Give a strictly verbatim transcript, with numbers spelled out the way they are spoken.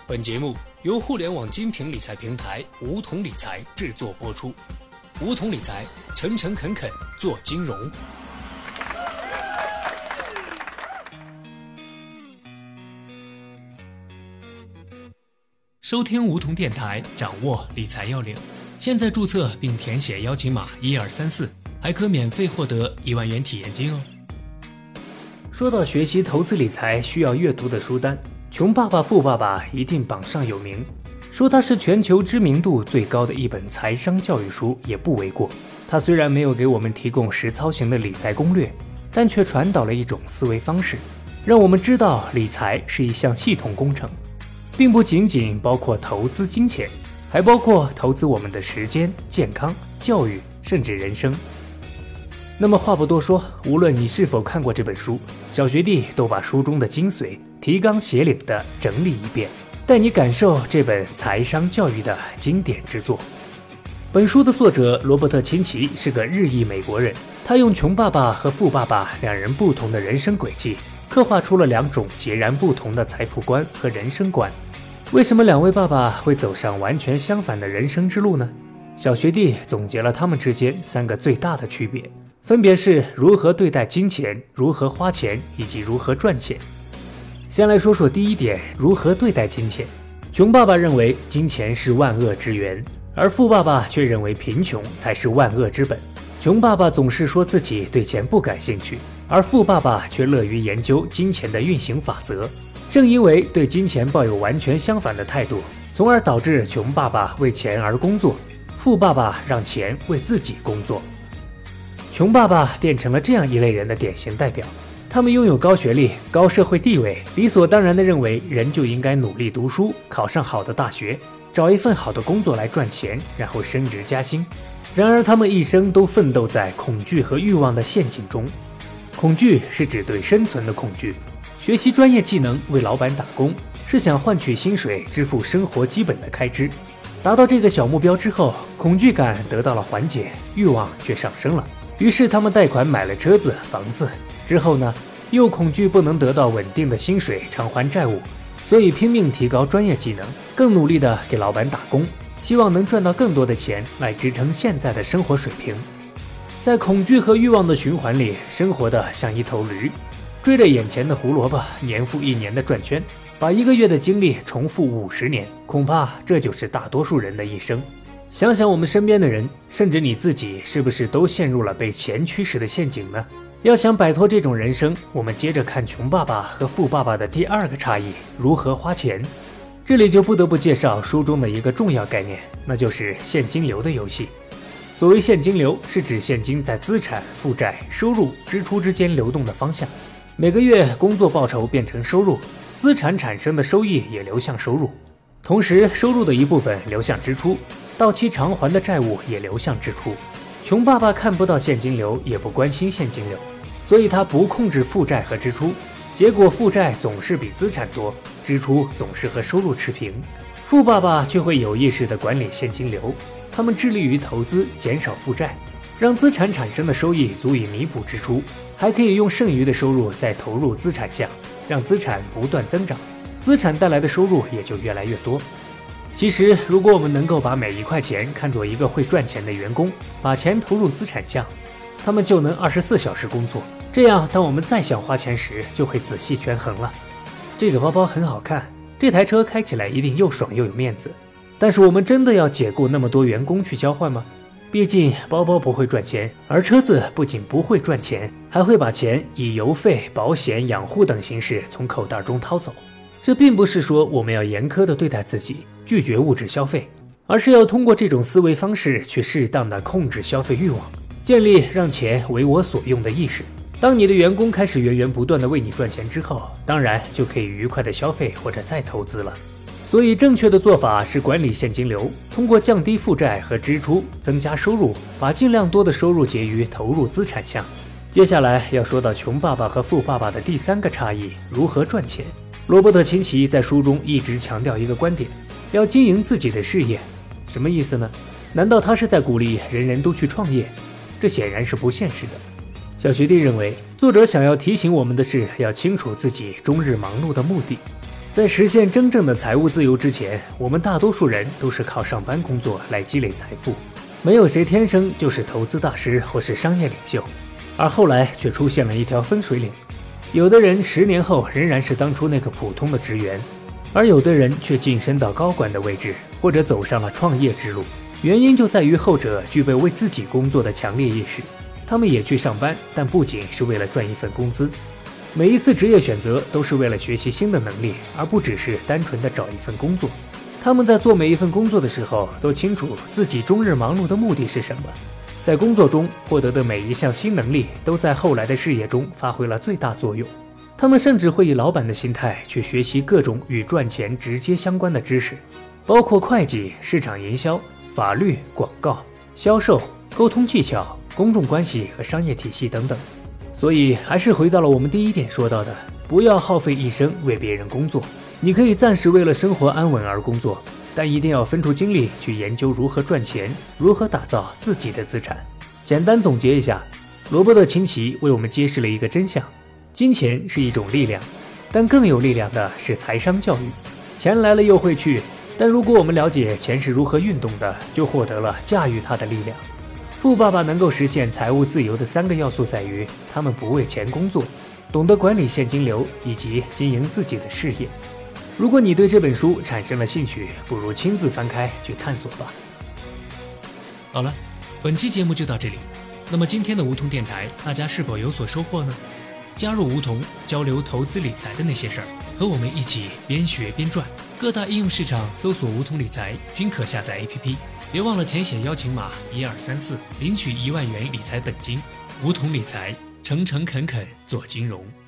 本节目由互联网精品理财平台梧桐理财制作播出。梧桐理财，诚诚恳恳做金融。收听梧桐电台，掌握理财要领。现在注册并填写邀请码一二三四，还可免费获得一万元体验金哦。说到学习投资理财需要阅读的书单，穷爸爸富爸爸一定榜上有名。说它是全球知名度最高的一本财商教育书也不为过。它虽然没有给我们提供实操型的理财攻略，但却传导了一种思维方式，让我们知道理财是一项系统工程，并不仅仅包括投资金钱，还包括投资我们的时间、健康、教育，甚至人生。那么话不多说，无论你是否看过这本书，小学弟都把书中的精髓提纲挈领地整理一遍，带你感受这本财商教育的经典之作。本书的作者罗伯特·清崎是个日裔美国人，他用穷爸爸和富爸爸两人不同的人生轨迹，刻画出了两种截然不同的财富观和人生观。为什么两位爸爸会走上完全相反的人生之路呢？小学弟总结了他们之间三个最大的区别，分别是如何对待金钱、如何花钱以及如何赚钱。先来说说第一点，如何对待金钱。穷爸爸认为金钱是万恶之源，而富爸爸却认为贫穷才是万恶之本。穷爸爸总是说自己对钱不感兴趣，而富爸爸却乐于研究金钱的运行法则。正因为对金钱抱有完全相反的态度，从而导致穷爸爸为钱而工作，富爸爸让钱为自己工作。穷爸爸变成了这样一类人的典型代表，他们拥有高学历、高社会地位，理所当然地认为人就应该努力读书，考上好的大学，找一份好的工作来赚钱，然后升职加薪。然而他们一生都奋斗在恐惧和欲望的陷阱中。恐惧是指对生存的恐惧，学习专业技能为老板打工，是想换取薪水支付生活基本的开支。达到这个小目标之后，恐惧感得到了缓解，欲望却上升了。于是他们贷款买了车子、房子，之后呢，又恐惧不能得到稳定的薪水偿还债务，所以拼命提高专业技能，更努力地给老板打工，希望能赚到更多的钱来支撑现在的生活水平。在恐惧和欲望的循环里，生活的像一头驴，追着眼前的胡萝卜，年复一年的转圈，把一个月的精力重复五十年，恐怕这就是大多数人的一生。想想我们身边的人，甚至你自己，是不是都陷入了被钱驱使的陷阱呢？要想摆脱这种人生，我们接着看穷爸爸和富爸爸的第二个差异，如何花钱。这里就不得不介绍书中的一个重要概念，那就是现金流的游戏。所谓现金流，是指现金在资产、负债、收入、支出之间流动的方向。每个月工作报酬变成收入，资产产生的收益也流向收入，同时收入的一部分流向支出，到期偿还的债务也流向支出。穷爸爸看不到现金流，也不关心现金流，所以他不控制负债和支出，结果负债总是比资产多，支出总是和收入持平。富爸爸却会有意识地管理现金流，他们致力于投资，减少负债，让资产产生的收益足以弥补支出，还可以用剩余的收入再投入资产项，让资产不断增长，资产带来的收入也就越来越多。其实如果我们能够把每一块钱看作一个会赚钱的员工，把钱投入资产项，他们就能二十四小时工作，这样当我们再想花钱时，就会仔细权衡了。这个包包很好看，这台车开起来一定又爽又有面子，但是我们真的要解雇那么多员工去交换吗？毕竟包包不会赚钱，而车子不仅不会赚钱，还会把钱以邮费、保险、养护等形式从口袋中掏走。这并不是说我们要严苛地对待自己，拒绝物质消费，而是要通过这种思维方式去适当地控制消费欲望，建立让钱为我所用的意识。当你的员工开始源源不断地为你赚钱之后，当然就可以愉快地消费或者再投资了。所以正确的做法是管理现金流，通过降低负债和支出，增加收入，把尽量多的收入结余投入资产项。接下来要说到穷爸爸和富爸爸的第三个差异，如何赚钱。罗伯特·清崎在书中一直强调一个观点，要经营自己的事业。什么意思呢？难道他是在鼓励人人都去创业？这显然是不现实的。小学弟认为，作者想要提醒我们的是，要清楚自己终日忙碌的目的。 在实现真正的财务自由之前，我们大多数人都是靠上班工作来积累财富，没有谁天生就是投资大师或是商业领袖。而后来却出现了一条分水岭，有的人十年后仍然是当初那个普通的职员，而有的人却晋升到高管的位置，或者走上了创业之路。原因就在于后者具备为自己工作的强烈意识，他们也去上班，但不仅是为了赚一份工资。每一次职业选择都是为了学习新的能力，而不只是单纯的找一份工作。他们在做每一份工作的时候，都清楚自己终日忙碌的目的是什么。在工作中获得的每一项新能力，都在后来的事业中发挥了最大作用。他们甚至会以老板的心态去学习各种与赚钱直接相关的知识，包括会计、市场营销、法律、广告、销售、沟通技巧、公众关系和商业体系等等。所以还是回到了我们第一点说到的，不要耗费一生为别人工作。你可以暂时为了生活安稳而工作，但一定要分出精力去研究如何赚钱，如何打造自己的资产。简单总结一下，罗伯特清崎为我们揭示了一个真相：金钱是一种力量，但更有力量的是财商教育。钱来了又会去，但如果我们了解钱是如何运动的，就获得了驾驭它的力量。富爸爸能够实现财务自由的三个要素在于，他们不为钱工作，懂得管理现金流，以及经营自己的事业。如果你对这本书产生了兴趣，不如亲自翻开去探索吧。好了，本期节目就到这里。那么今天的梧桐电台，大家是否有所收获呢？加入梧桐，交流投资理财的那些事儿，和我们一起边学边赚。各大应用市场搜索梧桐理财均可下载 A P P， 别忘了填写邀请码一二三四，领取一万元理财本金。梧桐理财，诚诚恳恳做金融。